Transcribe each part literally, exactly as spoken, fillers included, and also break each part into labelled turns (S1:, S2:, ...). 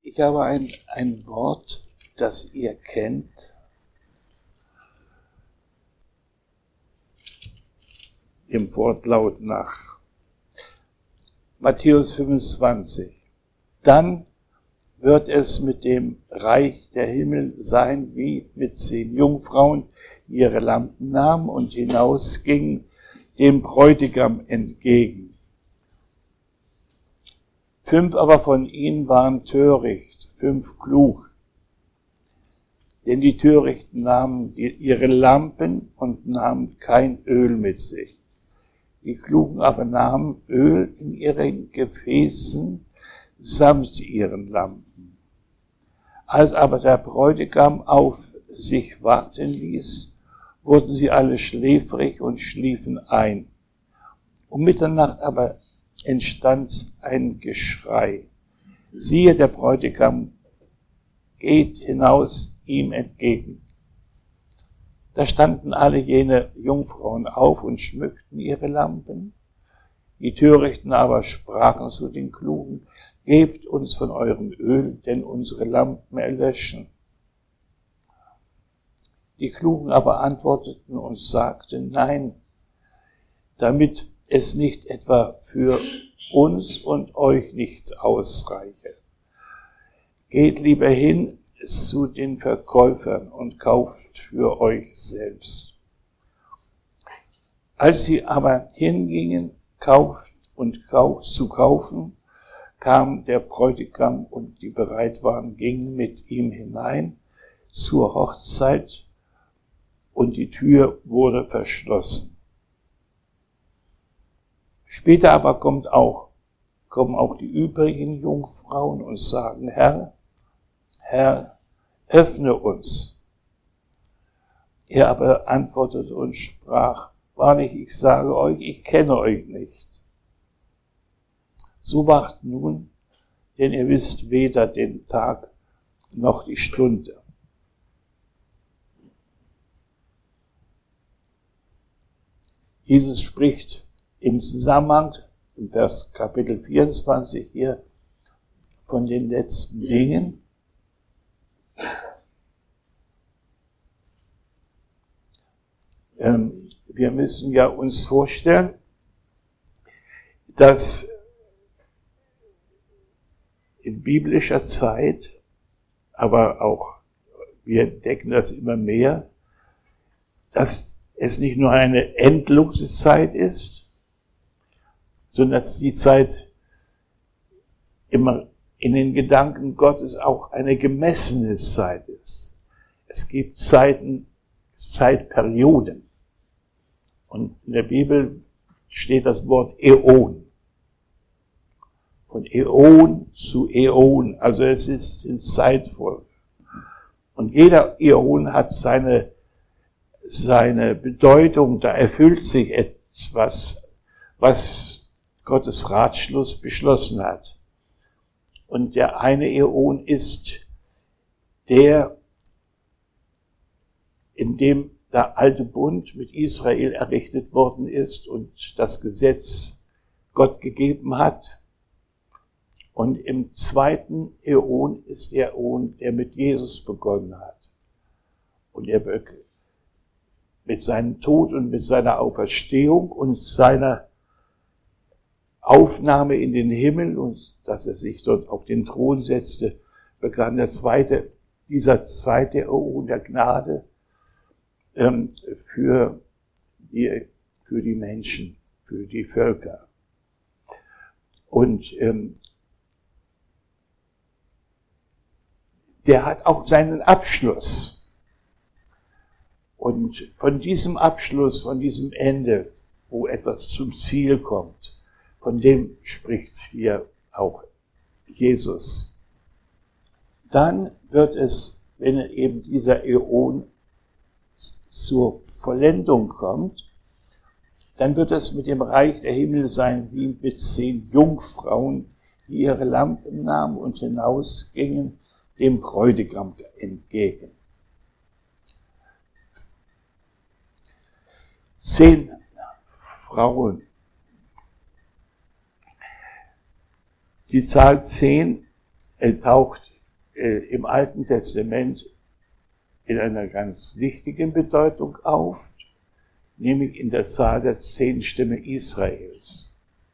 S1: Ich habe ein, ein Wort, das ihr kennt. Im Wortlaut nach Matthäus fünfundzwanzig. Dann wird es mit dem Reich der Himmel sein, wie mit zehn Jungfrauen, die ihre Lampen nahmen und hinausgingen dem Bräutigam entgegen. Fünf aber von ihnen waren töricht, fünf klug. Denn die Törichten nahmen ihre Lampen und nahmen kein Öl mit sich. Die Klugen aber nahmen Öl in ihren Gefäßen samt ihren Lampen. Als aber der Bräutigam auf sich warten ließ, wurden sie alle schläfrig und schliefen ein. Um Mitternacht aber entstand ein Geschrei. Siehe, der Bräutigam geht hinaus ihm entgegen. Da standen alle jene Jungfrauen auf und schmückten ihre Lampen. Die Törichten aber sprachen zu den Klugen, gebt uns von eurem Öl, denn unsere Lampen erlöschen. Die Klugen aber antworteten und sagten, nein, damit es nicht etwa für uns und euch nichts ausreiche. Geht lieber hin zu den Verkäufern und kauft für euch selbst. Als sie aber hingingen, kauft und kauf, zu kaufen, kam der Bräutigam und die bereit waren, gingen mit ihm hinein zur Hochzeit und die Tür wurde verschlossen. Später aber kommt auch, kommen auch die übrigen Jungfrauen und sagen, Herr, Herr, öffne uns. Er aber antwortete und sprach, wahrlich, ich sage euch, ich kenne euch nicht. So wacht nun, denn ihr wisst weder den Tag noch die Stunde. Jesus spricht im Zusammenhang, im Vers Kapitel vierundzwanzig hier, von den letzten Dingen. Ähm, wir müssen ja uns vorstellen, dass in biblischer Zeit, aber auch wir entdecken das immer mehr, dass es nicht nur eine endlose Zeit ist, sondern dass die Zeit immer in den Gedanken Gottes auch eine gemessene Zeit ist. Es gibt Zeiten, Zeitperioden. Und in der Bibel steht das Wort Äon. Von Äon zu Äon, also es ist in Zeitfolge. Und jeder Äon hat seine, seine Bedeutung, da erfüllt sich etwas, was Gottes Ratschluss beschlossen hat. Und der eine Äon ist der, in dem der alte Bund mit Israel errichtet worden ist und das Gesetz Gott gegeben hat. Und im zweiten Äon ist der Äon, der mit Jesus begonnen hat. Und er mit seinem Tod und mit seiner Auferstehung und seiner Aufnahme in den Himmel und dass er sich dort auf den Thron setzte, begann der zweite, dieser zweite Äon der Gnade ähm, für die, für die Menschen, für die Völker. Und ähm, der hat auch seinen Abschluss. Und von diesem Abschluss, von diesem Ende, wo etwas zum Ziel kommt, von dem spricht hier auch Jesus. Dann wird es, wenn eben dieser Äon zur Vollendung kommt, dann wird es mit dem Reich der Himmel sein, wie mit zehn Jungfrauen, die ihre Lampen nahmen und hinausgingen dem Bräutigam entgegen. Zehn Frauen. Die Zahl zehn taucht äh, im Alten Testament in einer ganz wichtigen Bedeutung auf, nämlich in der Zahl der zehn Stämme Israels.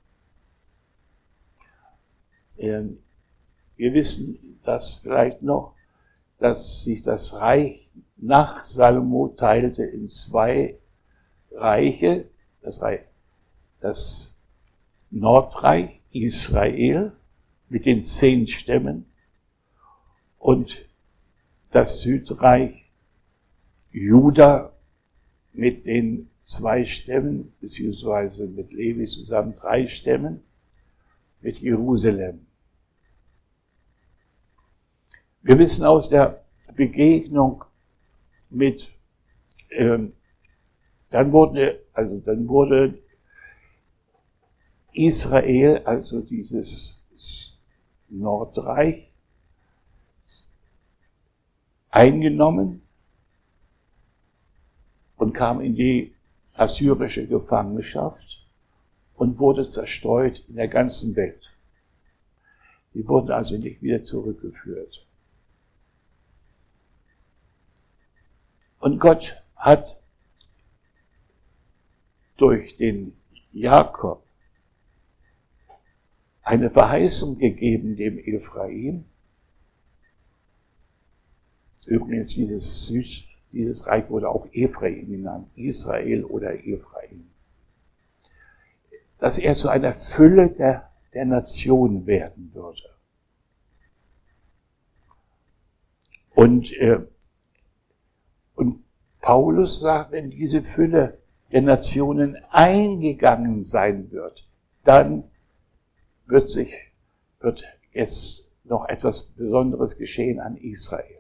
S1: Ähm, wir wissen das vielleicht noch, dass sich das Reich nach Salomo teilte in zwei Reiche, das Reich, das Nordreich Israel mit den zehn Stämmen und das Südreich Juda mit den zwei Stämmen, beziehungsweise mit Levi zusammen drei Stämmen, mit Jerusalem. Wir wissen aus der Begegnung mit, ähm, dann wurde, also dann wurde Israel, also dieses Nordreich, eingenommen und kam in die assyrische Gefangenschaft und wurde zerstreut in der ganzen Welt. Die wurden also nicht wieder zurückgeführt. Und Gott hat durch den Jakob eine Verheißung gegeben dem Ephraim. Übrigens, dieses, Süß, dieses Reich wurde auch Ephraim genannt, Israel oder Ephraim. Dass er zu einer Fülle der, der Nationen werden würde. Und, äh, und Paulus sagt, wenn diese Fülle der Nationen eingegangen sein wird, dann wird sich, wird es noch etwas Besonderes geschehen an Israel.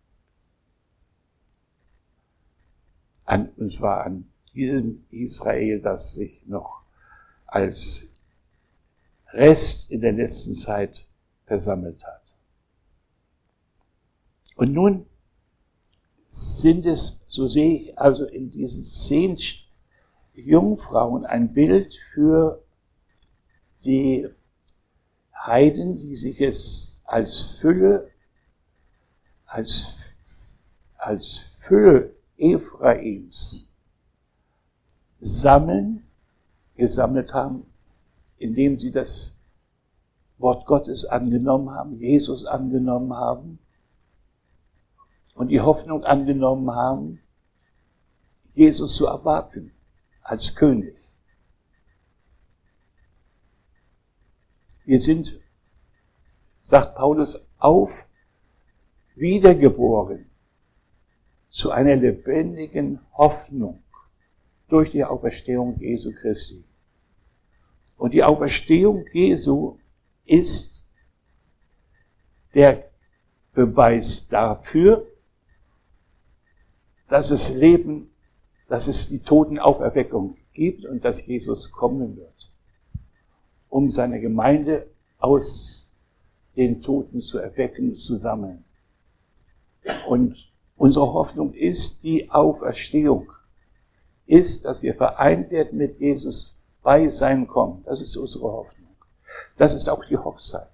S1: An, und zwar an diesem Israel, das sich noch als Rest in der letzten Zeit versammelt hat. Und nun sind es, so sehe ich also in diesen zehn Jungfrauen ein Bild für die Heiden, die sich es als Fülle, als, als Fülle Ephraims sammeln, gesammelt haben, indem sie das Wort Gottes angenommen haben, Jesus angenommen haben und die Hoffnung angenommen haben, Jesus zu erwarten als König. Wir sind, sagt Paulus, auf, wiedergeboren zu einer lebendigen Hoffnung durch die Auferstehung Jesu Christi. Und die Auferstehung Jesu ist der Beweis dafür, dass es Leben, dass es die Totenauferweckung gibt und dass Jesus kommen wird, um seine Gemeinde aus den Toten zu erwecken, zu sammeln. Und unsere Hoffnung ist die Auferstehung, ist, dass wir vereint werden mit Jesus bei seinem Kommen. Das ist unsere Hoffnung. Das ist auch die Hochzeit.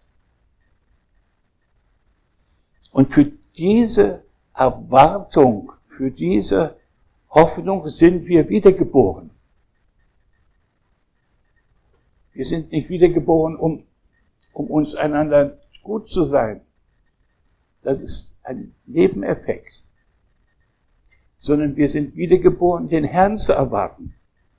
S1: Und für diese Erwartung, für diese Hoffnung sind wir wiedergeboren. Wir sind nicht wiedergeboren, um, um uns einander gut zu sein. Das ist ein Nebeneffekt. Sondern wir sind wiedergeboren, den Herrn zu erwarten.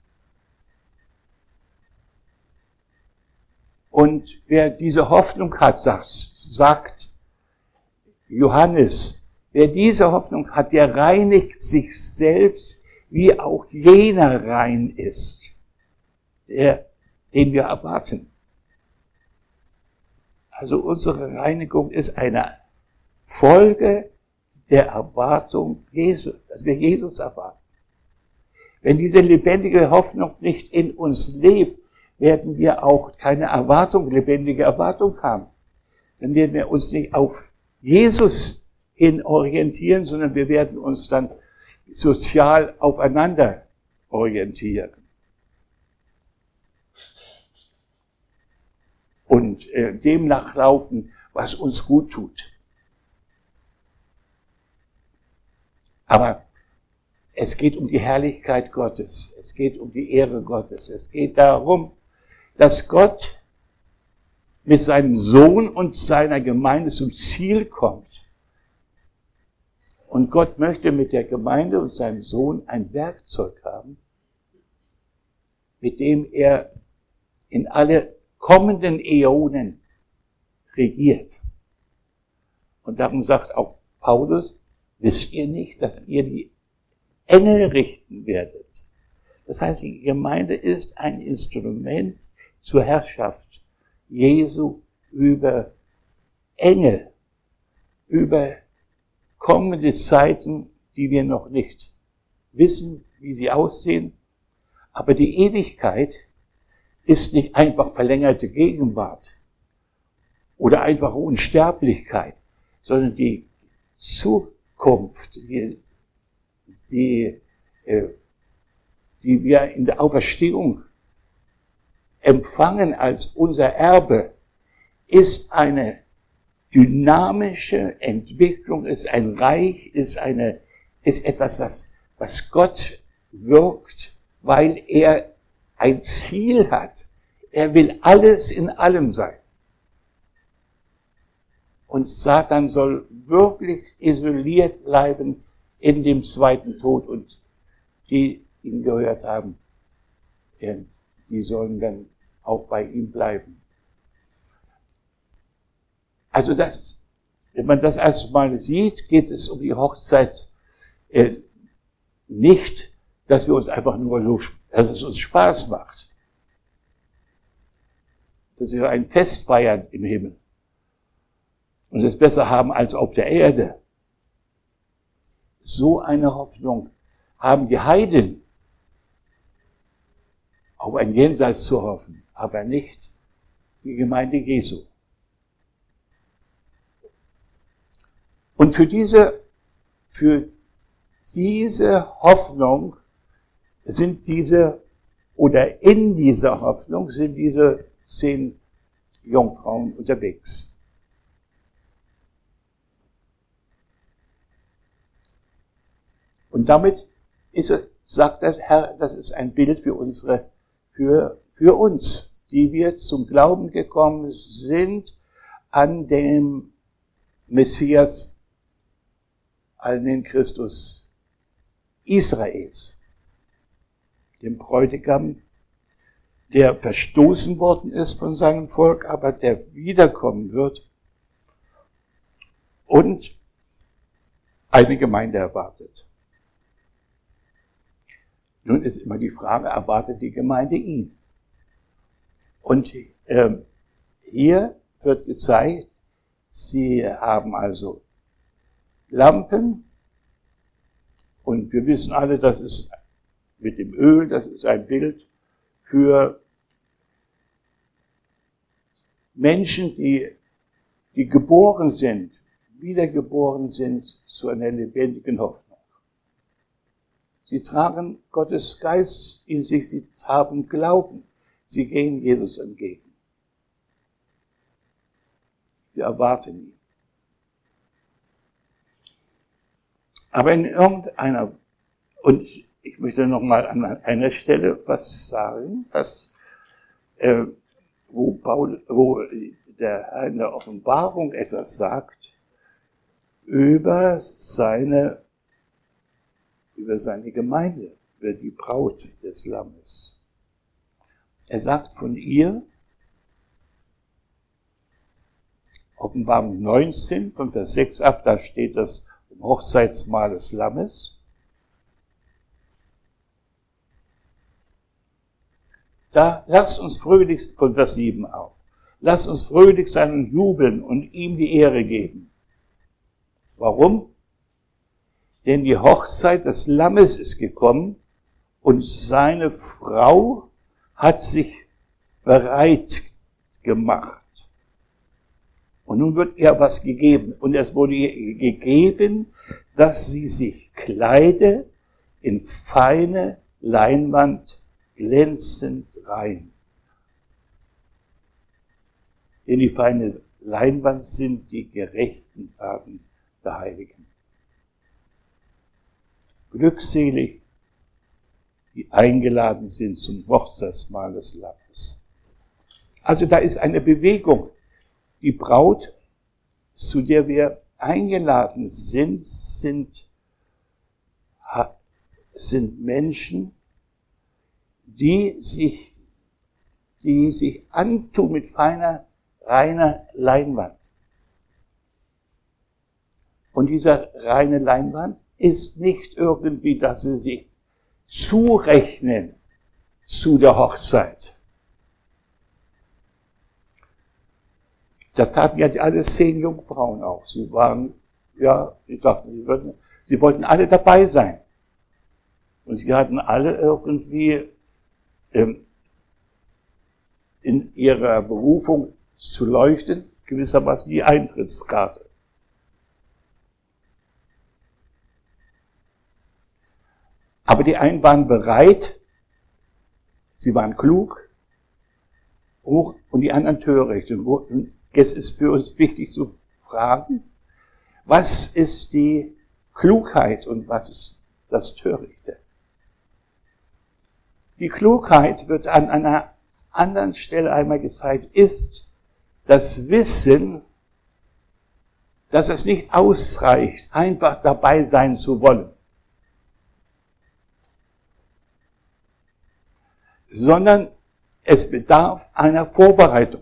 S1: Und wer diese Hoffnung hat, sagt, sagt Johannes, wer diese Hoffnung hat, der reinigt sich selbst, wie auch jener rein ist, der, den wir erwarten. Also unsere Reinigung ist eine Folge der Erwartung Jesu, dass wir Jesus erwarten. Wenn diese lebendige Hoffnung nicht in uns lebt, werden wir auch keine Erwartung, lebendige Erwartung haben. Dann werden wir uns nicht auf Jesus hin orientieren, sondern wir werden uns dann sozial aufeinander orientieren. Und äh, dem nachlaufen, was uns gut tut. Aber es geht um die Herrlichkeit Gottes. Es geht um die Ehre Gottes. Es geht darum, dass Gott mit seinem Sohn und seiner Gemeinde zum Ziel kommt. Und Gott möchte mit der Gemeinde und seinem Sohn ein Werkzeug haben, mit dem er in alle kommenden Äonen regiert. Und darum sagt auch Paulus, wisst ihr nicht, dass ihr die Engel richten werdet? Das heißt, die Gemeinde ist ein Instrument zur Herrschaft Jesu über Engel, über kommende Zeiten, die wir noch nicht wissen, wie sie aussehen. Aber die Ewigkeit ist nicht einfach verlängerte Gegenwart oder einfache Unsterblichkeit, sondern die Zukunft, die, die, äh, die wir in der Auferstehung empfangen als unser Erbe, ist eine dynamische Entwicklung, ist ein Reich, ist eine, ist etwas, was, was Gott wirkt, weil er ein Ziel hat. Er will alles in allem sein. Und Satan soll wirklich isoliert bleiben in dem zweiten Tod. Und die ihn gehört haben, die sollen dann auch bei ihm bleiben. Also das, wenn man das erstmal sieht, geht es um die Hochzeit äh, nicht, dass wir uns einfach nur so, dass es uns Spaß macht. Dass wir ein Fest feiern im Himmel und es besser haben als auf der Erde. So eine Hoffnung haben die Heiden, auf ein Jenseits zu hoffen, aber nicht die Gemeinde Jesu. Und für diese, für diese Hoffnung sind diese, oder in dieser Hoffnung sind diese zehn Jungfrauen unterwegs. Und damit ist es, sagt der Herr, das ist ein Bild für unsere, für, für uns, die wir zum Glauben gekommen sind an dem Messias, an den Christus Israels, dem Bräutigam, der verstoßen worden ist von seinem Volk, aber der wiederkommen wird und eine Gemeinde erwartet. Nun ist immer die Frage, erwartet die Gemeinde ihn? Und äh, hier wird gezeigt, sie haben also Lampen, und wir wissen alle, das ist mit dem Öl, das ist ein Bild für Menschen, die, die geboren sind, wiedergeboren sind zu einer lebendigen Hoffnung. Sie tragen Gottes Geist in sich, sie haben Glauben, sie gehen Jesus entgegen. Sie erwarten ihn. Aber in irgendeiner, und ich möchte noch mal an einer Stelle was sagen, was, äh, wo, Paul, wo der Herr in der Offenbarung etwas sagt über seine, über seine Gemeinde, über die Braut des Lammes. Er sagt von ihr, Offenbarung neunzehn, von Vers sechs ab, da steht das Hochzeitsmahl des Lammes. Da lasst uns fröhlich, von Vers sieben auch, lasst uns fröhlich sein und jubeln und ihm die Ehre geben. Warum? Denn die Hochzeit des Lammes ist gekommen und seine Frau hat sich bereit gemacht. Und nun wird ihr was gegeben. Und es wurde ihr gegeben, dass sie sich kleide in feine Leinwand, glänzend rein. Denn die feine Leinwand sind die gerechten Taten der Heiligen. Glückselig, die eingeladen sind zum Hochzeitsmahl des Lammes. Also da ist eine Bewegung. Die Braut, zu der wir eingeladen sind, sind, sind Menschen, die sich, die sich antun mit feiner, reiner Leinwand. Und diese reine Leinwand ist nicht irgendwie, dass sie sich zurechnen zu der Hochzeit. Das taten ja alle zehn Jungfrauen auch. Sie waren, ja, sie dachten, sie würden, sie wollten alle dabei sein. Und sie hatten alle irgendwie ähm, in ihrer Berufung zu leuchten, gewissermaßen die Eintrittskarte. Aber die einen waren bereit, sie waren klug, und die anderen töricht. Und jetzt ist für uns wichtig zu fragen, was ist die Klugheit und was ist das Törichte? Die Klugheit wird an einer anderen Stelle einmal gezeigt, ist das Wissen, dass es nicht ausreicht, einfach dabei sein zu wollen, sondern es bedarf einer Vorbereitung.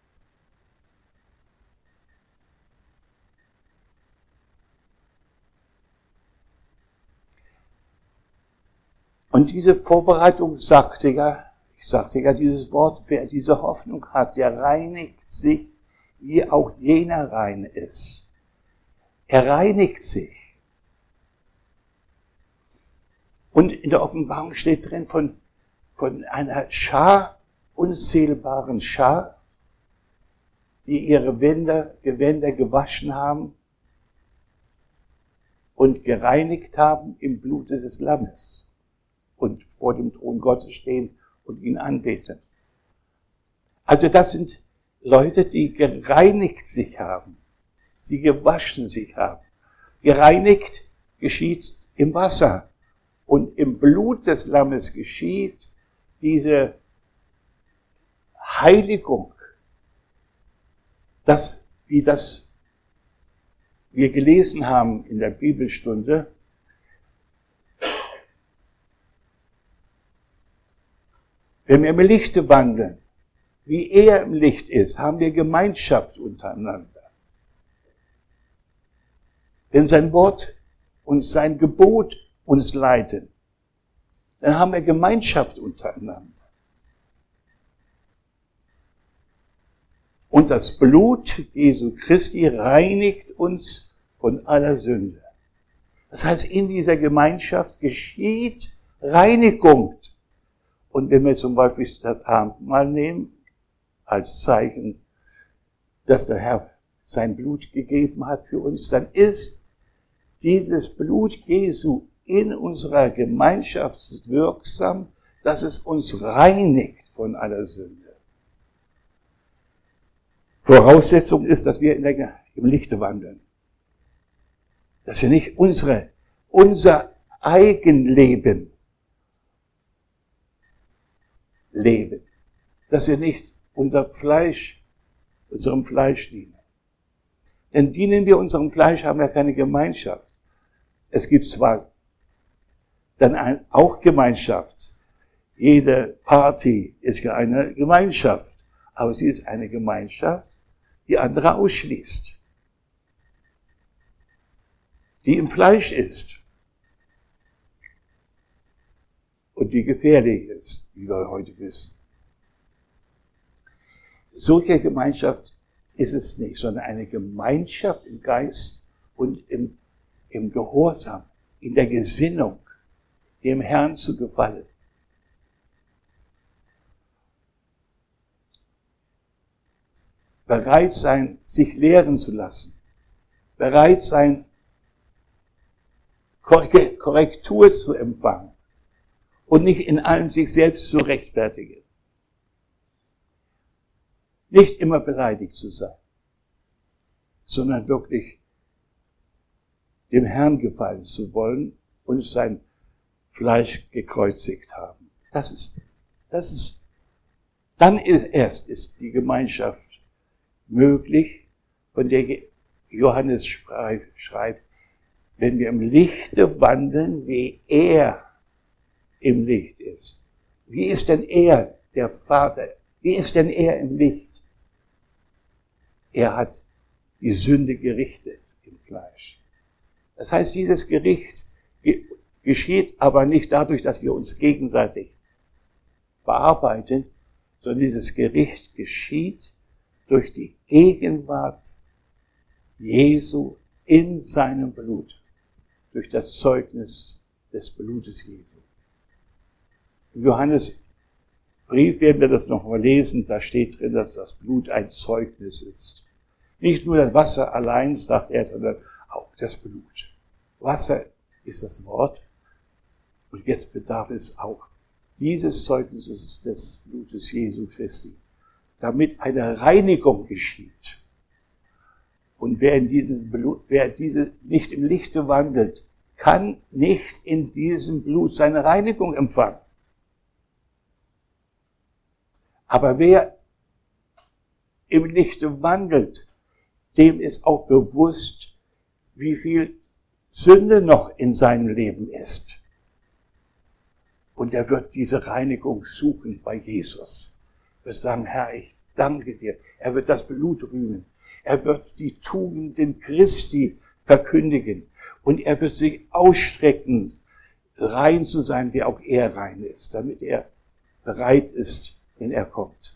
S1: Und diese Vorbereitung sagte ja, ich sagte ja dieses Wort, wer diese Hoffnung hat, der reinigt sich, wie auch jener rein ist. Er reinigt sich. Und in der Offenbarung steht drin von, von einer Schar, unzählbaren Schar, die ihre Gewänder, Gewänder gewaschen haben und gereinigt haben im Blute des Lammes und vor dem Thron Gottes stehen und ihn anbeten. Also das sind Leute, die gereinigt sich haben, sie gewaschen sich haben. Gereinigt geschieht im Wasser und im Blut des Lammes geschieht diese Heiligung, das, wie das wir gelesen haben in der Bibelstunde, wenn wir im Lichte wandeln, wie er im Licht ist, haben wir Gemeinschaft untereinander. Wenn sein Wort und sein Gebot uns leiten, dann haben wir Gemeinschaft untereinander. Und das Blut Jesu Christi reinigt uns von aller Sünde. Das heißt, in dieser Gemeinschaft geschieht Reinigung. Und wenn wir zum Beispiel das Abendmahl nehmen, als Zeichen, dass der Herr sein Blut gegeben hat für uns, dann ist dieses Blut Jesu in unserer Gemeinschaft wirksam, dass es uns reinigt von aller Sünde. Voraussetzung ist, dass wir in der, im Lichte wandeln. Dass wir nicht unsere, unser Eigenleben leben. Dass wir nicht unser Fleisch, unserem Fleisch dienen. Denn dienen wir unserem Fleisch, haben wir keine Gemeinschaft. Es gibt zwar dann ein, auch Gemeinschaft. Jede Party ist ja eine Gemeinschaft. Aber sie ist eine Gemeinschaft, die andere ausschließt. Die im Fleisch ist. Und die gefährlich ist, wie wir heute wissen. Solche Gemeinschaft ist es nicht, sondern eine Gemeinschaft im Geist und im, im Gehorsam, in der Gesinnung, dem Herrn zu gefallen. Bereit sein, sich lehren zu lassen. Bereit sein, Korrektur zu empfangen. Und nicht in allem sich selbst zu rechtfertigen. Nicht immer beleidigt zu sein, sondern wirklich dem Herrn gefallen zu wollen und sein Fleisch gekreuzigt haben. Das ist, das ist, dann erst ist die Gemeinschaft möglich, von der Johannes schreibt, wenn wir im Lichte wandeln, wie er im Licht ist. Wie ist denn er, der Vater, wie ist denn er im Licht? Er hat die Sünde gerichtet im Fleisch. Das heißt, dieses Gericht geschieht aber nicht dadurch, dass wir uns gegenseitig bearbeiten, sondern dieses Gericht geschieht durch die Gegenwart Jesu in seinem Blut, durch das Zeugnis des Blutes Jesu. Im Johannes Brief werden wir das nochmal lesen, da steht drin, dass das Blut ein Zeugnis ist. Nicht nur das Wasser allein, sagt er, sondern auch das Blut. Wasser ist das Wort und jetzt bedarf es auch dieses Zeugnisses des Blutes Jesu Christi, damit eine Reinigung geschieht. Und wer in diesem Blut, wer diese nicht im Lichte wandelt, kann nicht in diesem Blut seine Reinigung empfangen. Aber wer im Lichte wandelt, dem ist auch bewusst, wie viel Sünde noch in seinem Leben ist. Und er wird diese Reinigung suchen bei Jesus. Er wird sagen, Herr, ich danke dir. Er wird das Blut rühmen. Er wird die Tugenden Christi verkündigen. Und er wird sich ausstrecken, rein zu sein, wie auch er rein ist, damit er bereit ist, wenn er kommt.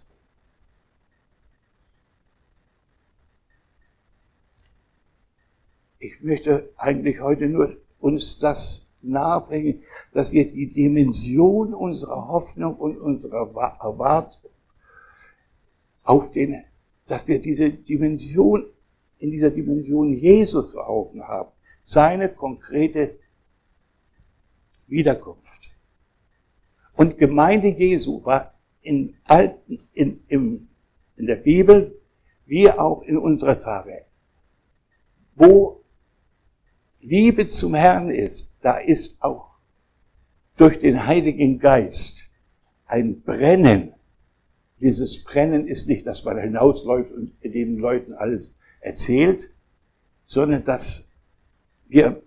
S1: Ich möchte eigentlich heute nur uns das nahebringen, dass wir die Dimension unserer Hoffnung und unserer Erwartung auf den, dass wir diese Dimension, in dieser Dimension Jesus vor Augen haben. Seine konkrete Wiederkunft. Und Gemeinde Jesu war in, alten, in, in, in der Bibel wie auch in unserer Tage. Wo Liebe zum Herrn ist, da ist auch durch den Heiligen Geist ein Brennen. Dieses Brennen ist nicht, dass man hinausläuft und den Leuten alles erzählt, sondern dass wir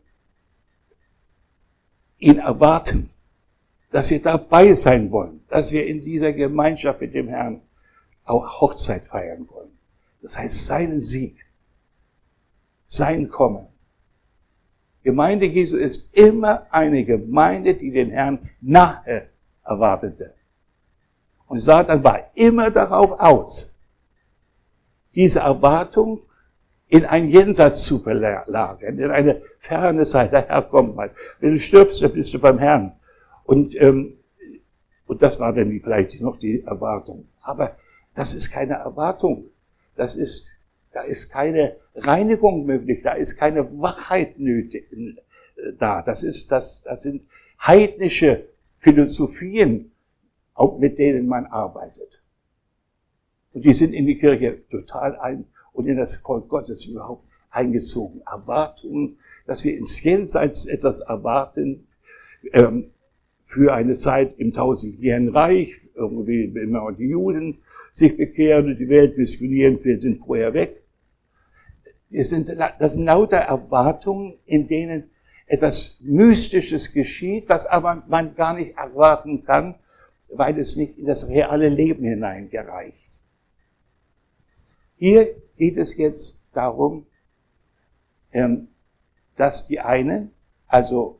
S1: ihn erwarten, dass wir dabei sein wollen, dass wir in dieser Gemeinschaft mit dem Herrn auch Hochzeit feiern wollen. Das heißt, seinen Sieg, sein Kommen. Gemeinde Jesu ist immer eine Gemeinde, die den Herrn nahe erwartete. Und Satan war immer darauf aus, diese Erwartung in ein Jenseits zu verlagern, in eine ferne Zeit. Der Herr kommt mal. Wenn du stirbst, dann bist du beim Herrn. Und, ähm, und das war dann vielleicht noch die Erwartung. Aber das ist keine Erwartung. Das ist, da ist keine Reinigung möglich. Da ist keine Wachheit nötig, äh, da. Das ist, das, das sind heidnische Philosophien, auch mit denen man arbeitet. Und die sind in die Kirche total ein und in das Volk Gottes überhaupt eingezogen. Erwartungen, dass wir ins Jenseits etwas erwarten, ähm, für eine Zeit im tausendjährigen Reich, irgendwie, wenn immer die Juden sich bekehren und die Welt missionieren, wir sind vorher weg. Das sind, das sind lauter Erwartungen, in denen etwas Mystisches geschieht, was aber man gar nicht erwarten kann, weil es nicht in das reale Leben hineingereicht. Hier geht es jetzt darum, dass die einen, also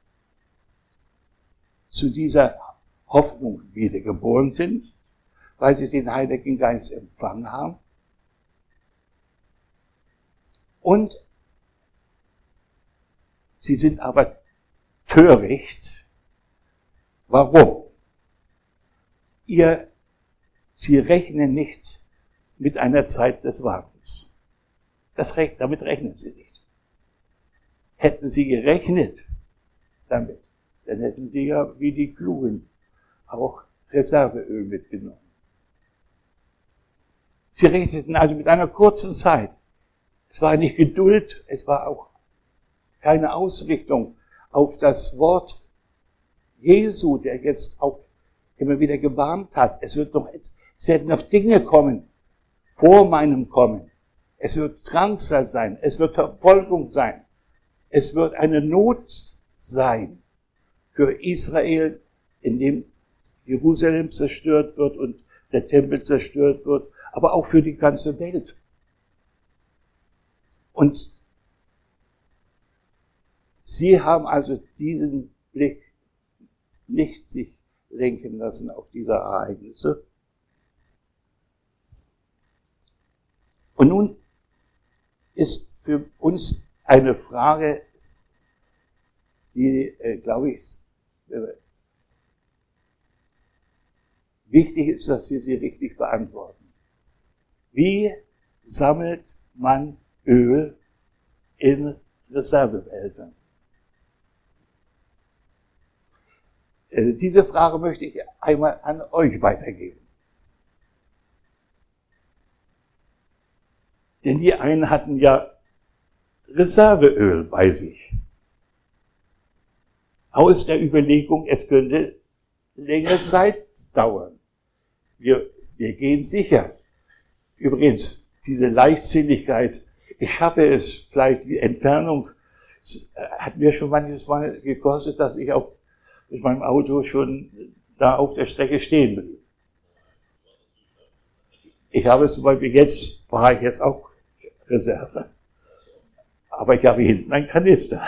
S1: zu dieser Hoffnung wiedergeboren sind, weil sie den Heiligen Geist empfangen haben. Und sie sind aber töricht. Warum? Ihr, sie rechnen nicht mit einer Zeit des Wartens. Das, damit rechnen sie nicht. Hätten sie gerechnet damit, dann hätten sie ja wie die Klugen auch Reserveöl mitgenommen. Sie rechneten also mit einer kurzen Zeit. Es war nicht Geduld, es war auch keine Ausrichtung auf das Wort Jesu, der jetzt auch immer wieder gewarnt hat. Es wird noch, es werden noch Dinge kommen vor meinem Kommen. Es wird Drangsal sein, es wird Verfolgung sein, es wird eine Not sein für Israel, in dem Jerusalem zerstört wird und der Tempel zerstört wird, aber auch für die ganze Welt. Und sie haben also diesen Blick nicht sich lenken lassen auf diese Ereignisse. Und nun ist für uns eine Frage, die, äh, glaube ich, äh, wichtig ist, dass wir sie richtig beantworten. Wie sammelt man Öl in Reservebehältern? Äh, diese Frage möchte ich einmal an euch weitergeben. Denn die einen hatten ja Reserveöl bei sich. Aus der Überlegung, es könnte längere Zeit dauern. Wir, wir gehen sicher. Übrigens, diese Leichtsinnigkeit, ich habe es vielleicht, die Entfernung hat mir schon manches Mal gekostet, dass ich auch mit meinem Auto schon da auf der Strecke stehen blieb. Ich habe zum Beispiel jetzt, fahre ich jetzt auch Reserve, aber ich habe hinten einen Kanister.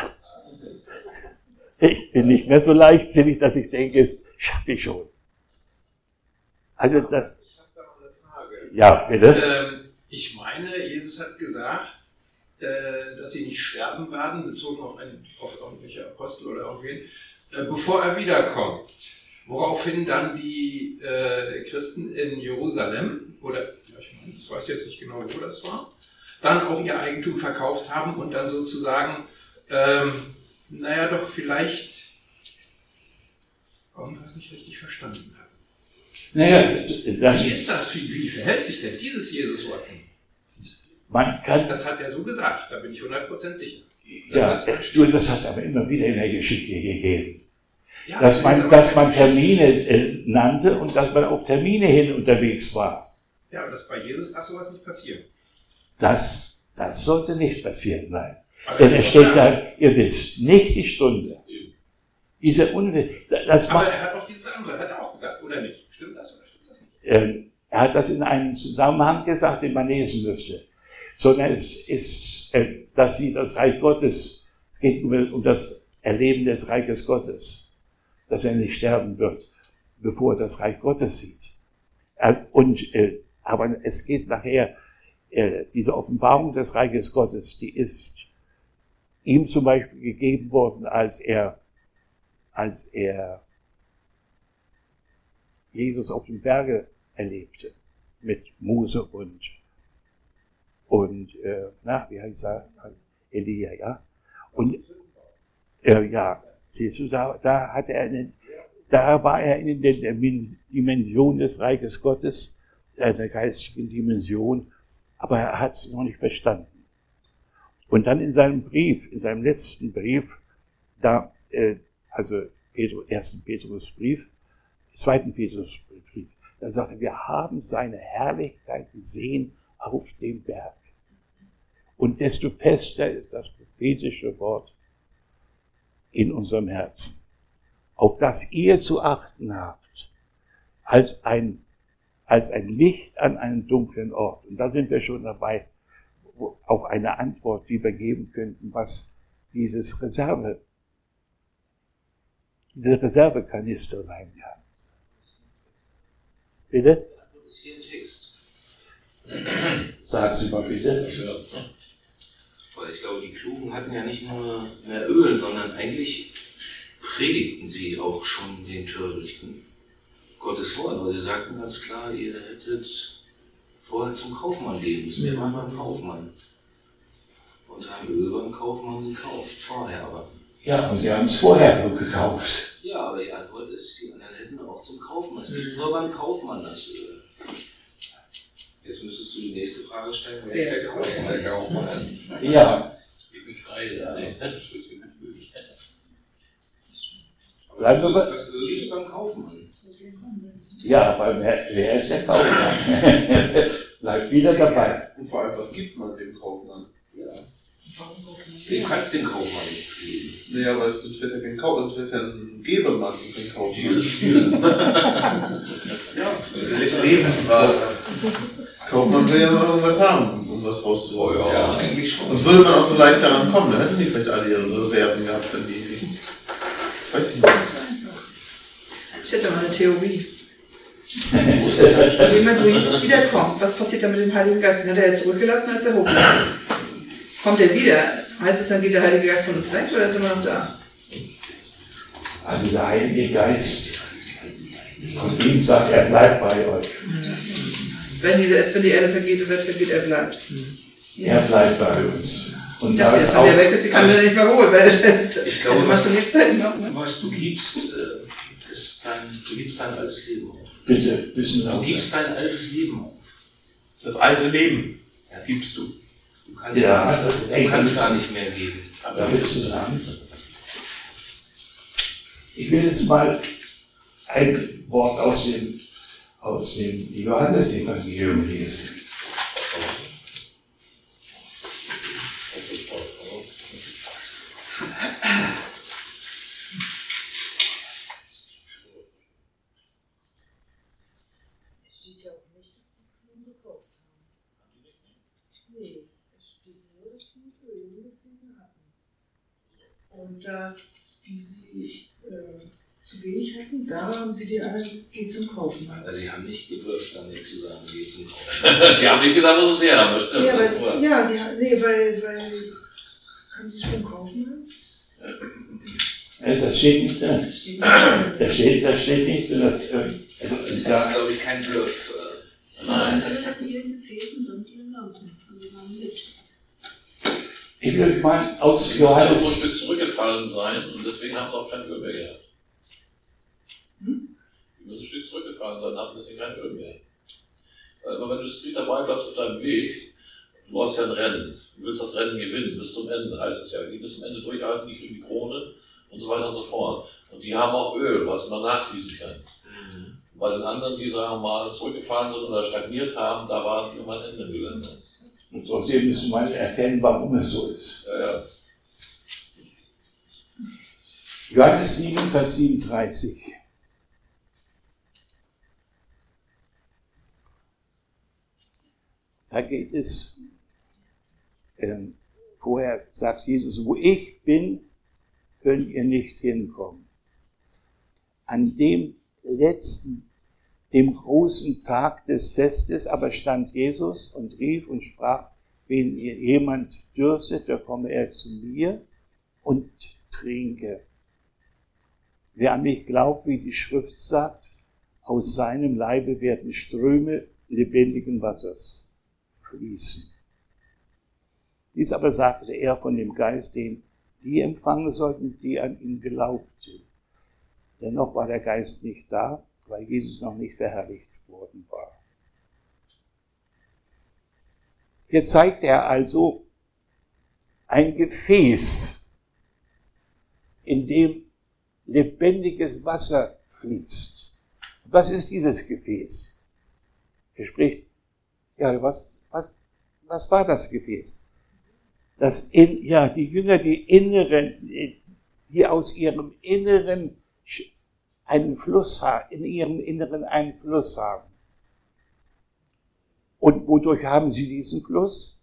S1: Ich bin nicht mehr so leichtsinnig, dass ich denke, schaffe ich schon. Also da,
S2: ich habe da noch eine Frage.
S1: Ja, bitte.
S2: Ähm, ich meine, Jesus hat gesagt, äh, dass sie nicht sterben werden, bezogen auf, einen, auf irgendwelche Apostel oder auf wen, äh, bevor er wiederkommt. Woraufhin dann die äh, Christen in Jerusalem, oder ich, meine, ich weiß jetzt nicht genau, wo das war, dann auch ihr Eigentum verkauft haben und dann sozusagen, ähm, naja, doch vielleicht irgendwas nicht richtig verstanden haben.
S1: Naja, das,
S2: Wie ist das? Wie, wie verhält sich denn dieses Jesuswort?
S1: man kann,
S2: Das hat er so gesagt, da bin ich hundert Prozent sicher.
S1: ja,
S2: das,
S1: das, das hat es aber immer wieder in der Geschichte gegeben.
S2: Ja,
S1: dass man, dass man
S2: Termine.
S1: Termine äh, nannte und dass man auf Termine hin unterwegs war.
S2: Ja, aber das bei Jesus darf sowas nicht passieren.
S1: Das, das sollte nicht passieren, nein.
S2: Aber
S1: Denn es steht da, ihr wisst nicht die Stunde. Diese Unwill, das
S2: aber
S1: macht,
S2: er hat auch dieses andere, hat er auch gesagt, oder nicht? Stimmt das oder stimmt das nicht?
S1: äh, er hat das in einem Zusammenhang gesagt, den man lesen müsste. Sondern es ist, äh, dass sie das Reich Gottes, es geht um, um das Erleben des Reiches Gottes, dass er nicht sterben wird, bevor er das Reich Gottes sieht. Er, und, äh, aber es geht nachher, äh, diese Offenbarung des Reiches Gottes, die ist ihm zum Beispiel gegeben worden, als er als er Jesus auf dem Berge erlebte, mit Mose und, und äh, na, wie heißt er, Elia, ja. Und, äh, ja, siehst du, da, da hatte er einen, da war er in der Dimension des Reiches Gottes, äh, der geistigen Dimension, aber er hat es noch nicht verstanden. Und dann in seinem Brief, in seinem letzten Brief, da, äh, also ersten Petrusbrief, zweiten Petrusbrief, da sagt er, wir haben seine Herrlichkeit gesehen auf dem Berg. Und desto fester ist das prophetische Wort in unserem Herzen, auf das ihr zu achten habt, als ein, als ein Licht an einem dunklen Ort. Und da sind wir schon dabei, auf eine Antwort, die wir geben könnten, was dieses Reserve diese Reservekanister sein kann. Bitte?
S3: Das ist hier ein Text.
S1: Sagen Sie mal bitte.
S3: Weil ich glaube, die Klugen hatten ja nicht nur mehr Öl, sondern eigentlich predigten sie auch schon den Törichten Gottes Wort. Weil sie sagten ganz klar, ihr hättet vorher zum Kaufmann gehen müssen. Wir waren beim Kaufmann. Und haben Öl beim Kaufmann gekauft, vorher aber.
S1: Ja, und Sie haben es vorher gekauft.
S3: Ja, aber die Antwort ist, die anderen hätten auch zum Kaufmann. Es gibt nur beim Kaufmann das Öl. Jetzt müsstest du die nächste Frage stellen. Wer ist der Kaufmann?
S1: Der Kaufmann. Ja.
S3: Ja.
S1: Bleiben wir bei,
S3: Das Öl ist beim Kaufmann.
S1: ja, weil wer, wer ist der Kaufmann? Bleibt wieder dabei.
S4: Und vor allem, was gibt man dem Kaufmann?
S3: Ja. Du kannst dem Kaufmann nichts geben.
S4: Naja, weil du wirst ja kein Kaufmann, du wirst ja ein Gebemann und kein Kaufmann.
S3: Ja,
S4: Leben. Kaufmann will ja mal irgendwas haben, um was rauszuholen.
S3: oh, ja, eigentlich schon.
S4: Und würde man auch so leicht daran kommen, ne? Hätten die vielleicht alle ihre Reserven gehabt, wenn die nichts. Weiß ich nicht.
S5: Ich hätte mal eine Theorie. Nachdem man durch Jesus wiederkommt, was passiert dann mit dem Heiligen Geist? Den hat er ja zurückgelassen, als er hochgegangen ist. Kommt er wieder? Heißt es dann, geht der Heilige Geist von uns weg oder ist er immer noch da?
S1: Also der Heilige Geist, von ihm sagt er, bleibt bei euch.
S5: Wenn die, wenn die Erde vergeht, wird vergeht, er bleibt.
S1: Er bleibt bei uns. Und
S5: Ich
S1: da
S5: dachte,
S1: ist
S5: jetzt,
S1: auch,
S5: wenn der weg ist, die kann er nicht mehr holen, weil er schätzt.
S3: Ich glaube,
S5: du machst du Lebzeiten noch, ne?
S3: Was du gibst, äh, ist dein, du gibst dein altes Leben auf.
S1: bitte, bisschen
S3: Du
S1: lauter.
S3: gibst dein altes Leben auf.
S4: Das alte Leben gibst du.
S3: Du kannst,
S1: Ja,
S3: gar,
S1: das ist
S3: nicht,
S1: echt
S3: du kannst
S1: ein
S3: gar
S1: bisschen-
S3: nicht mehr geben.
S1: Da willst du sagen. Ich will jetzt mal ein Wort aus dem, aus dem Johannesevangelium lesen.
S6: Es steht ja auch nicht, dass die Blumen gekauft haben. Nee, es steht nur, dass sie Öl in den Gefäßen hatten. Und dass, wie sie äh, zu wenig hatten, da haben sie die alle, geht zum Kaufmann.
S3: Also sie haben nicht geblufft, dann nicht zu sagen, geh zum Kauf.
S7: Die haben nicht gesagt, was es her haben, stimmt.
S6: Ja,
S7: das ist
S6: weil,
S7: wahr.
S6: ja, sie, ha- nee, weil, weil, haben sie es vom Kaufmann?
S1: Äh, Das steht nicht drin.
S6: Das steht nicht drin.
S1: Das steht, das steht nicht drin. Das, äh, also,
S3: Das ist,
S1: da,
S3: glaube ich, kein Bluff. äh.
S7: Nein.
S6: Öl hatten ihren Gefäßen, sondern ihren Lampen. Und die waren mit.
S1: ich will mal aus
S7: Es muss ja irgendwo ein Stück
S1: Johannes,
S7: zurückgefallen sein und deswegen haben sie auch kein Öl mehr gehabt.
S6: Hm?
S7: Die müssen ein Stück zurückgefallen sein, haben deswegen kein Öl mehr. Weil immer wenn du strikt dabei bleibst auf deinem Weg, du hast ja ein Rennen, du willst das Rennen gewinnen, bis zum Ende, heißt es ja. Die bis zum Ende durchhalten, die kriegen die Krone und so weiter und so fort. Und die haben auch Öl, was man nachfließen kann.
S3: Mhm.
S7: Bei den anderen, die sagen wir mal zurückgefallen sind oder stagniert haben, da war immer ein Ende im Gelände.
S1: und trotzdem müssen wir erkennen, warum es so ist.
S7: Ja, ja.
S1: Johannes sieben, Vers siebenunddreißig. Da geht es, ähm, vorher sagt Jesus, wo ich bin, könnt ihr nicht hinkommen. An dem letzten, dem großen Tag des Festes aber stand Jesus und rief und sprach, wenn jemand dürstet, da komme er zu mir und trinke. Wer an mich glaubt, wie die Schrift sagt, aus seinem Leibe werden Ströme lebendigen Wassers fließen. Dies aber sagte er von dem Geist, den die empfangen sollten, die an ihn glaubten. Dennoch war der Geist nicht da, weil Jesus noch nicht verherrlicht worden war. Hier zeigt er also ein Gefäß, in dem lebendiges Wasser fließt. Was ist dieses Gefäß? Er spricht, ja, was, was, was war das Gefäß? Das in, ja, die Jünger, die inneren, die aus ihrem Inneren einen Fluss haben, in ihrem Inneren einen Fluss haben. Und wodurch haben sie diesen Fluss?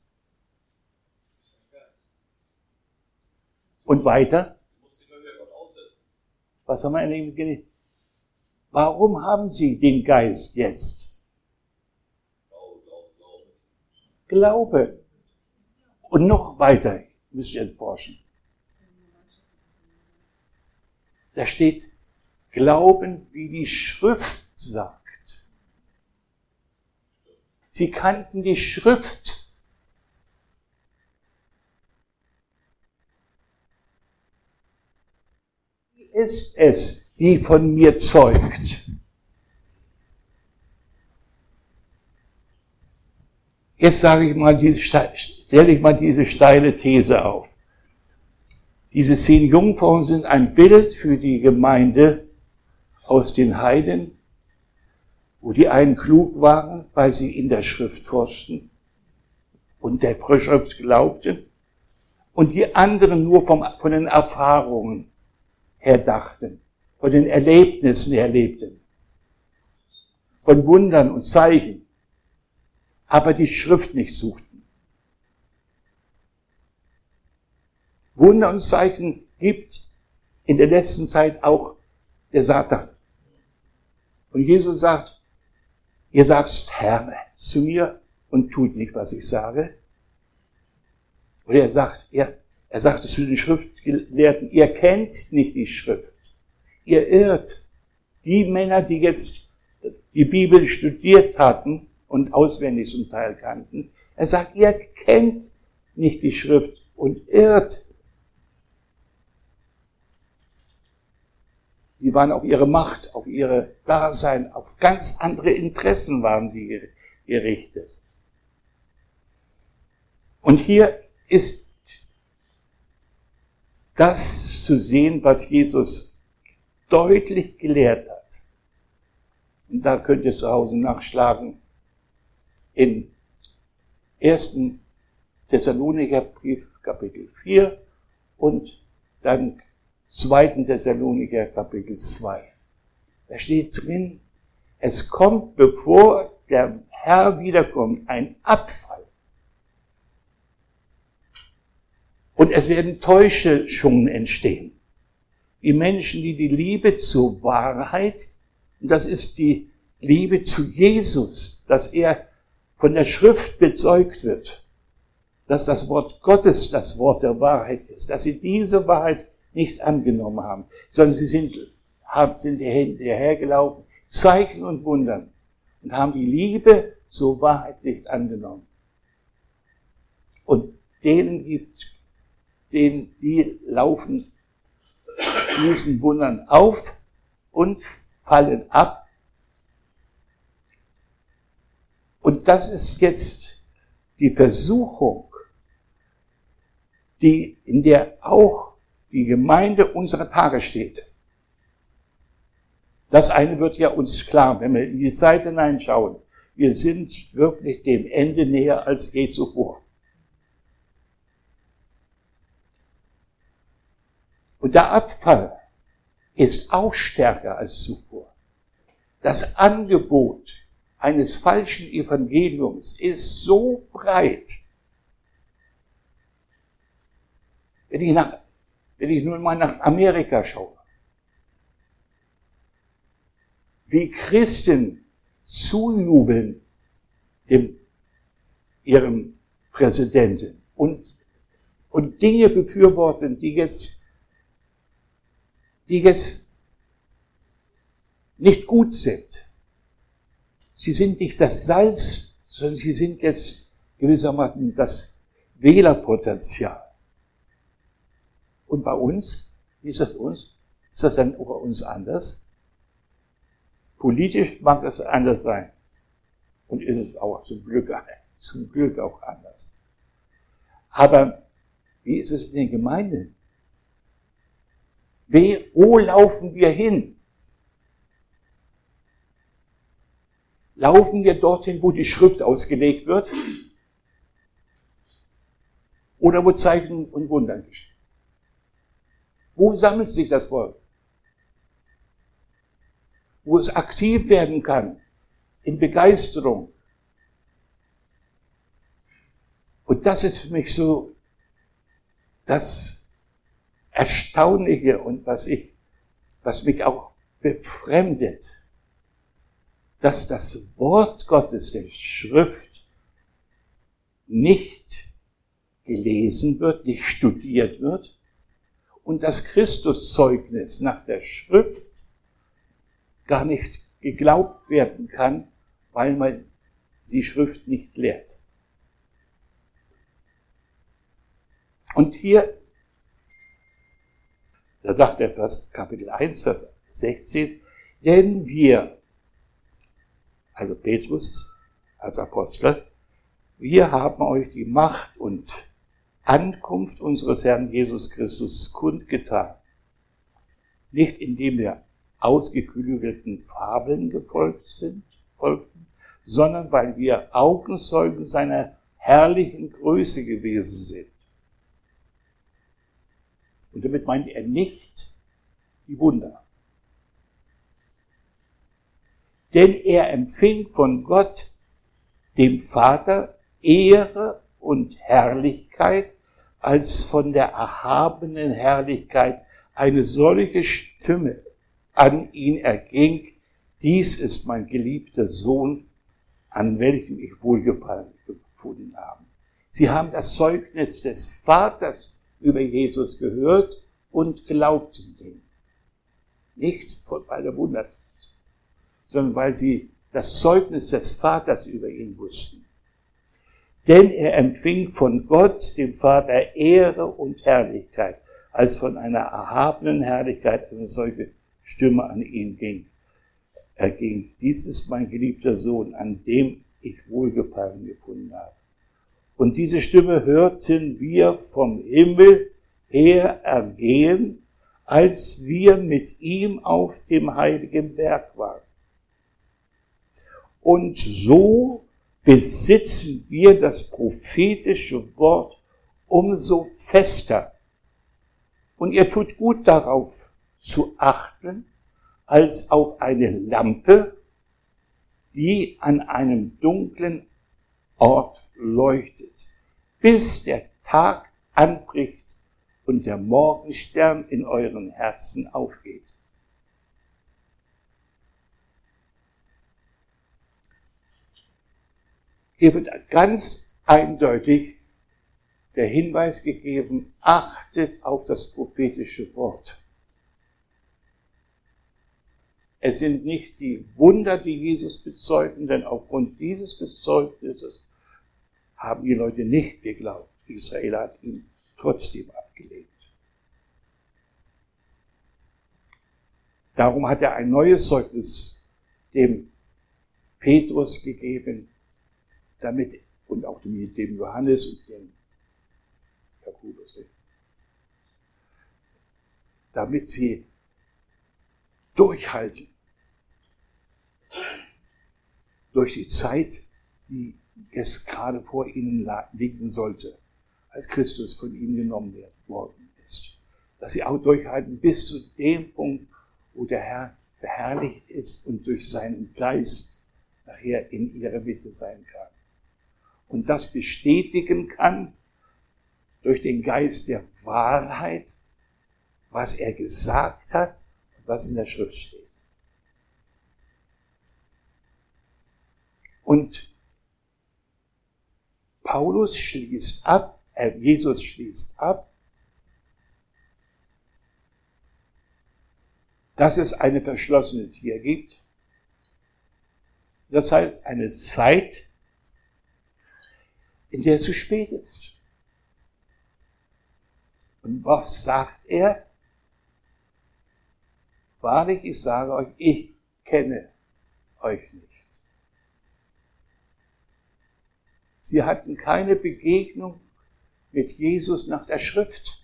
S1: Und weiter? Was haben wir in dem Ge- Warum haben sie den Geist jetzt? Glaube. Und noch weiter, müsst ihr jetzt forschen. Da steht, Glauben, wie die Schrift sagt. Sie kannten die Schrift. Wie ist es, die von mir zeugt? Jetzt sage ich mal, diese, stelle ich mal diese steile These auf. Diese zehn Jungfrauen sind ein Bild für die Gemeinde aus den Heiden, wo die einen klug waren, weil sie in der Schrift forschten und der Schrift glaubten, und die anderen nur vom, von den Erfahrungen her dachten, von den Erlebnissen her lebten, von Wundern und Zeichen, aber die Schrift nicht suchten. Wunder und Zeichen gibt in der letzten Zeit auch der Satan. Und Jesus sagt, ihr sagt Herr zu mir und tut nicht, was ich sage. Oder er sagt, er, er sagte zu den Schriftgelehrten, ihr kennt nicht die Schrift. Ihr irrt. Die Männer, die jetzt die Bibel studiert hatten und auswendig zum Teil kannten, er sagt, ihr kennt nicht die Schrift und irrt. Die waren auf ihre Macht, auf ihre Dasein, auf ganz andere Interessen waren sie gerichtet. Und hier ist das zu sehen, was Jesus deutlich gelehrt hat. Und da könnt ihr zu Hause nachschlagen in ersten Thessalonikerbrief, Kapitel vier und dann zweiten Thessaloniker, Kapitel zwei. Da steht drin, es kommt, bevor der Herr wiederkommt, ein Abfall. Und es werden Täuschungen entstehen. Die Menschen, die die Liebe zur Wahrheit, und das ist die Liebe zu Jesus, dass er von der Schrift bezeugt wird, dass das Wort Gottes das Wort der Wahrheit ist, dass sie diese Wahrheit nicht angenommen haben, sondern sie sind, haben, sind hinterhergelaufen, Zeichen und Wundern und haben die Liebe zur Wahrheit nicht angenommen. Und denen gibt, denen, die laufen diesen Wundern auf und fallen ab. Und das ist jetzt die Versuchung, die, in der auch die Gemeinde unserer Tage steht. Das eine wird ja uns klar, wenn wir in die Zeit hineinschauen. Wir sind wirklich dem Ende näher als je zuvor. Und der Abfall ist auch stärker als zuvor. Das Angebot eines falschen Evangeliums ist so breit. Wenn ich, nach, wenn ich nun mal nach Amerika schaue, wie Christen zujubeln dem, ihrem Präsidenten und, und Dinge befürworten, die jetzt, die jetzt nicht gut sind. Sie sind nicht das Salz, sondern sie sind jetzt gewissermaßen das Wählerpotenzial. Und bei uns, wie ist das uns? Ist das dann bei uns anders? Politisch mag das anders sein. Und ist es auch zum Glück, zum Glück auch anders. Aber wie ist es in den Gemeinden? Wo laufen wir hin? Laufen wir dorthin, wo die Schrift ausgelegt wird? Oder wo Zeichen und Wunder geschehen? Wo sammelt sich das Volk? Wo es aktiv werden kann, in Begeisterung. Und das ist für mich so das Erstaunliche und was ich, was mich auch befremdet, dass das Wort Gottes, der Schrift, nicht gelesen wird, nicht studiert wird und das Christuszeugnis nach der Schrift gar nicht geglaubt werden kann, weil man die Schrift nicht lehrt. Und hier, da sagt er etwas, Kapitel eins, Vers sechzehn, denn wir, also Petrus als Apostel, wir haben euch die Macht und Ankunft unseres Herrn Jesus Christus kundgetan. Nicht indem wir ausgeklügelten Fabeln gefolgt sind, folgten, sondern weil wir Augenzeugen seiner herrlichen Größe gewesen sind. Und damit meint er nicht die Wunder. Denn er empfing von Gott, dem Vater, Ehre und Herrlichkeit, als von der erhabenen Herrlichkeit eine solche Stimme an ihn erging: Dies ist mein geliebter Sohn, an welchem ich Wohlgefallen gefunden habe. Sie haben das Zeugnis des Vaters über Jesus gehört und glaubten dem. Nicht, weil er wundert, sondern weil sie das Zeugnis des Vaters über ihn wussten. Denn er empfing von Gott, dem Vater, Ehre und Herrlichkeit, als von einer erhabenen Herrlichkeit eine solche Stimme an ihn ging. Er ging: Dies ist mein geliebter Sohn, an dem ich Wohlgefallen gefunden habe. Und diese Stimme hörten wir vom Himmel her ergehen, als wir mit ihm auf dem heiligen Berg waren. Und so besitzen wir das prophetische Wort umso fester. Und ihr tut gut darauf zu achten, als auf eine Lampe, die an einem dunklen Ort leuchtet, bis der Tag anbricht und der Morgenstern in euren Herzen aufgeht. Hier wird ganz eindeutig der Hinweis gegeben: Achtet auf das prophetische Wort. Es sind nicht die Wunder, die Jesus bezeugen, denn aufgrund dieses Bezeugnisses haben die Leute nicht geglaubt. Israel hat ihn trotzdem abgelehnt. Darum hat er ein neues Zeugnis dem Petrus gegeben, damit, und auch dem, dem Johannes und dem Jakobus, damit sie durchhalten durch die Zeit, die es gerade vor ihnen liegen sollte, als Christus von ihnen genommen worden ist. Dass sie auch durchhalten bis zu dem Punkt, wo der Herr verherrlicht ist und durch seinen Geist nachher in ihrer Mitte sein kann. Und das bestätigen kann durch den Geist der Wahrheit, was er gesagt hat und was in der Schrift steht. Und Paulus schließt ab, äh, Jesus schließt ab, dass es eine verschlossene Tür gibt. Das heißt, eine Zeit, in der es zu spät ist. Und was sagt er? Wahrlich, ich sage euch, ich kenne euch nicht. Sie hatten keine Begegnung mit Jesus nach der Schrift.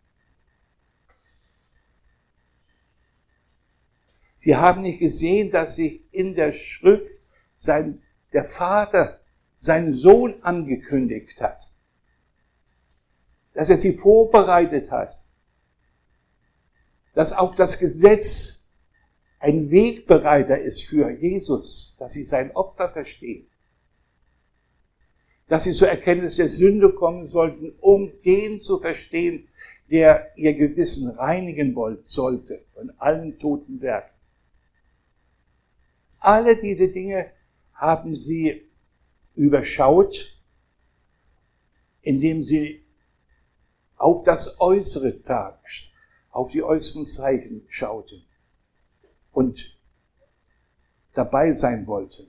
S1: Sie haben nicht gesehen, dass sich in der Schrift sein, der Vater seinen Sohn angekündigt hat. Dass er sie vorbereitet hat. Dass auch das Gesetz ein Wegbereiter ist für Jesus, dass sie sein Opfer verstehen. Dass sie zur Erkenntnis der Sünde kommen sollten, um den zu verstehen, der ihr Gewissen reinigen wollte, sollte von allen toten Werken. Alle diese Dinge haben sie überschaut, indem sie auf das äußere Tag, auf die äußeren Zeichen schauten und dabei sein wollten.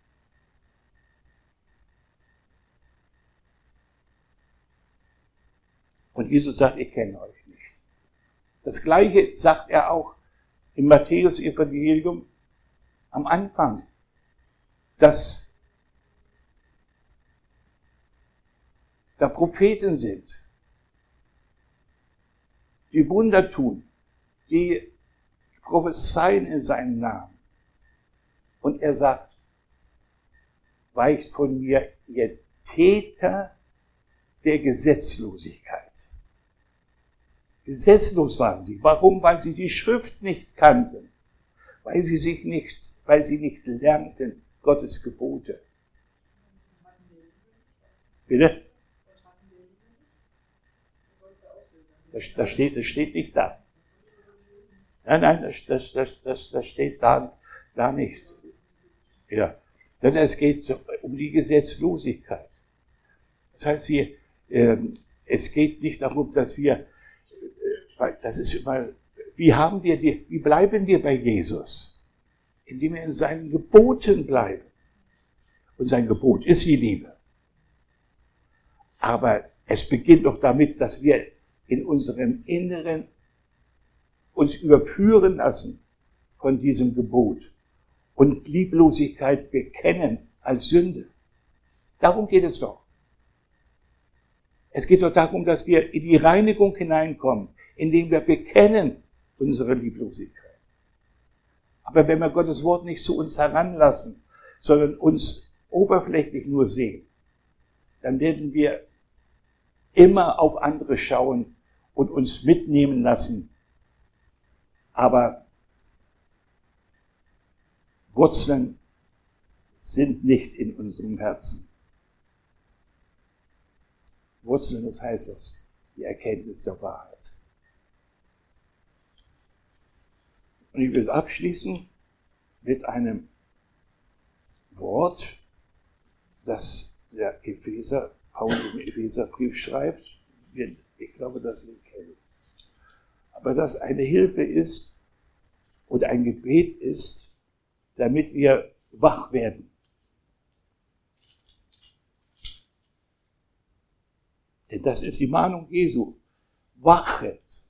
S1: Und Jesus sagt, ich kenne euch nicht. Das Gleiche sagt er auch im Matthäus-Evangelium am Anfang, dass da Propheten sind, die Wunder tun, die prophezeien in seinem Namen. Und er sagt, weicht von mir, ihr Täter der Gesetzlosigkeit. Gesetzlos waren sie. Warum? Weil sie die Schrift nicht kannten. Weil sie sich nicht, weil sie nicht lernten Gottes Gebote. Bitte? Das, das, steht, das steht nicht da. Nein, nein, das, das, das, das, das steht da, da nicht. Ja. Denn es geht um die Gesetzlosigkeit. Das heißt hier, äh, es geht nicht darum, dass wir, äh, das ist immer, wie haben wir die, wie bleiben wir bei Jesus? Indem wir in seinen Geboten bleiben. Und sein Gebot ist die Liebe. Aber es beginnt doch damit, dass wir in unserem Inneren uns überführen lassen von diesem Gebot und Lieblosigkeit bekennen als Sünde. Darum geht es doch. Es geht doch darum, dass wir in die Reinigung hineinkommen, indem wir bekennen unsere Lieblosigkeit. Aber wenn wir Gottes Wort nicht zu uns heranlassen, sondern uns oberflächlich nur sehen, dann werden wir immer auf andere schauen und uns mitnehmen lassen. Aber Wurzeln sind nicht in unserem Herzen. Wurzeln, das heißt das, die Erkenntnis der Wahrheit. Und ich will abschließen mit einem Wort, das der Epheser, Paulus im Epheserbrief schreibt. Ich glaube, dass wir ihn kennen. Aber das eine Hilfe ist und ein Gebet ist, damit wir wach werden. Denn das ist die Mahnung Jesu. Wachet.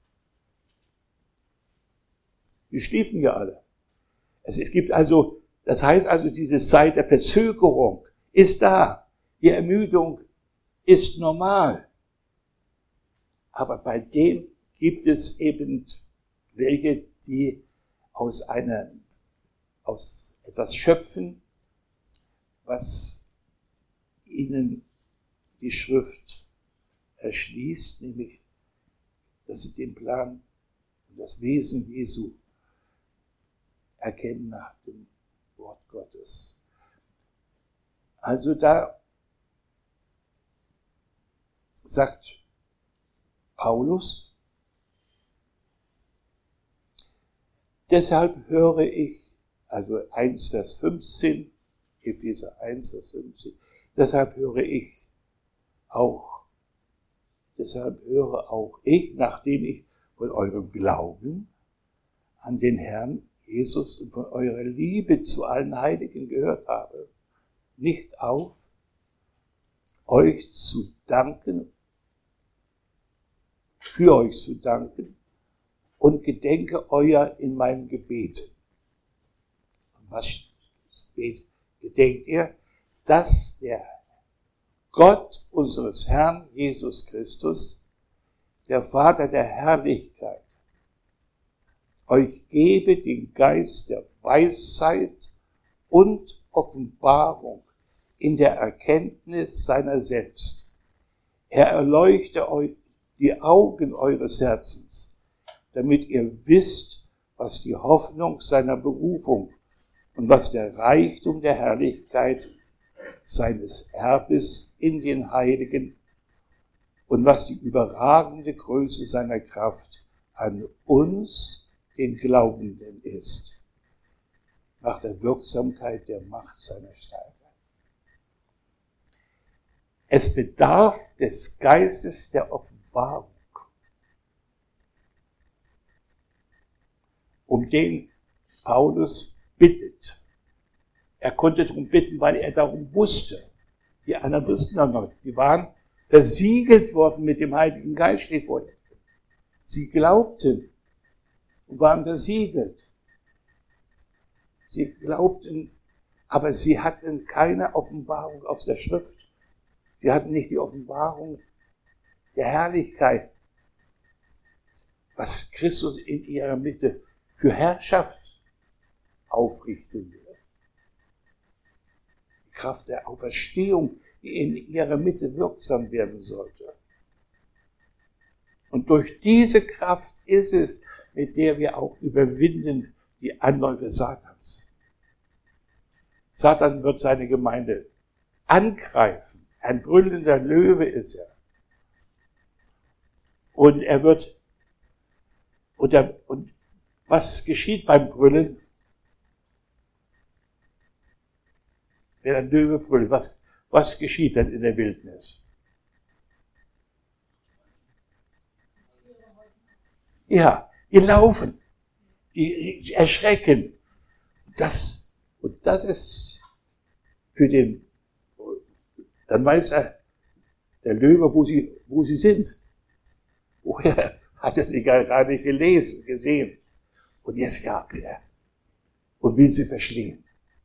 S1: Wir schliefen ja alle. Es, es gibt also, das heißt also, diese Zeit der Verzögerung ist da. Die Ermüdung ist normal. Aber bei dem gibt es eben welche, die aus einer, aus etwas schöpfen, was ihnen die Schrift erschließt, nämlich, dass sie den Plan und das Wesen Jesu erkennen nach dem Wort Gottes. Also da sagt Paulus, deshalb höre ich, also eins Vers fünfzehn, Epheser eins Vers fünfzehn, deshalb höre ich auch, deshalb höre auch ich, nachdem ich von eurem Glauben an den Herrn Jesus und von eurer Liebe zu allen Heiligen gehört habe, nicht auf, euch zu danken, für euch zu danken und gedenke euer in meinem Gebet. Und was gedenkt ihr? Dass der Gott unseres Herrn Jesus Christus, der Vater der Herrlichkeit, euch gebe den Geist der Weisheit und Offenbarung in der Erkenntnis seiner selbst. Er erleuchte euch die Augen eures Herzens, damit ihr wisst, was die Hoffnung seiner Berufung und was der Reichtum der Herrlichkeit seines Erbes in den Heiligen und was die überragende Größe seiner Kraft an uns, den Glaubenden, ist, nach der Wirksamkeit der Macht seiner Stärke. Es bedarf des Geistes der Offenbarung, um den Paulus bittet. Er konnte darum bitten, weil er darum wusste. Die anderen wussten das noch. Sie waren versiegelt worden mit dem Heiligen Geist, steht vor ihnen. Sie glaubten und waren versiegelt. Sie glaubten, aber sie hatten keine Offenbarung aus der Schrift. Sie hatten nicht die Offenbarung der Herrlichkeit. was Christus in ihrer Mitte für Herrschaft aufrichten will. Die Kraft der Auferstehung, die in ihrer Mitte wirksam werden sollte. Und durch diese Kraft ist es, mit der wir auch überwinden die Anläufe Satans. Satan wird seine Gemeinde angreifen. Ein brüllender Löwe ist er. Und er wird, und, er, und was geschieht beim Brüllen? Wenn ein Löwe brüllt, was, was geschieht dann in der Wildnis? Ja, die laufen, die erschrecken. Das, und das ist für den, dann weiß er, der Löwe, wo sie, wo sie sind. Vorher hat er sie gar nicht gelesen, gesehen. Und jetzt jagt er und will sie verschlingen.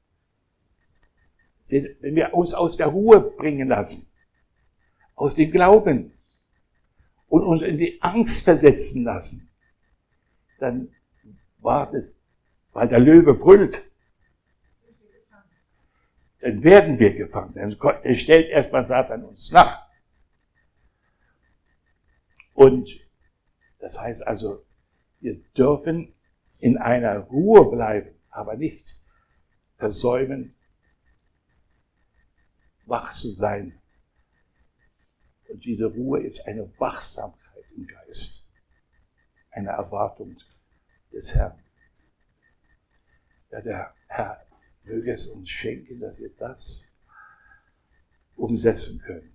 S1: Wenn wir uns aus der Ruhe bringen lassen, aus dem Glauben und uns in die Angst versetzen lassen, dann wartet, weil der Löwe brüllt, dann werden wir gefangen. Dann stellt erstmal Satan uns nach. Und das heißt also, wir dürfen in einer Ruhe bleiben, aber nicht versäumen, wach zu sein. Und diese Ruhe ist eine Wachsamkeit im Geist, eine Erwartung des Herrn. Ja, der Herr möge es uns schenken, dass wir das umsetzen können.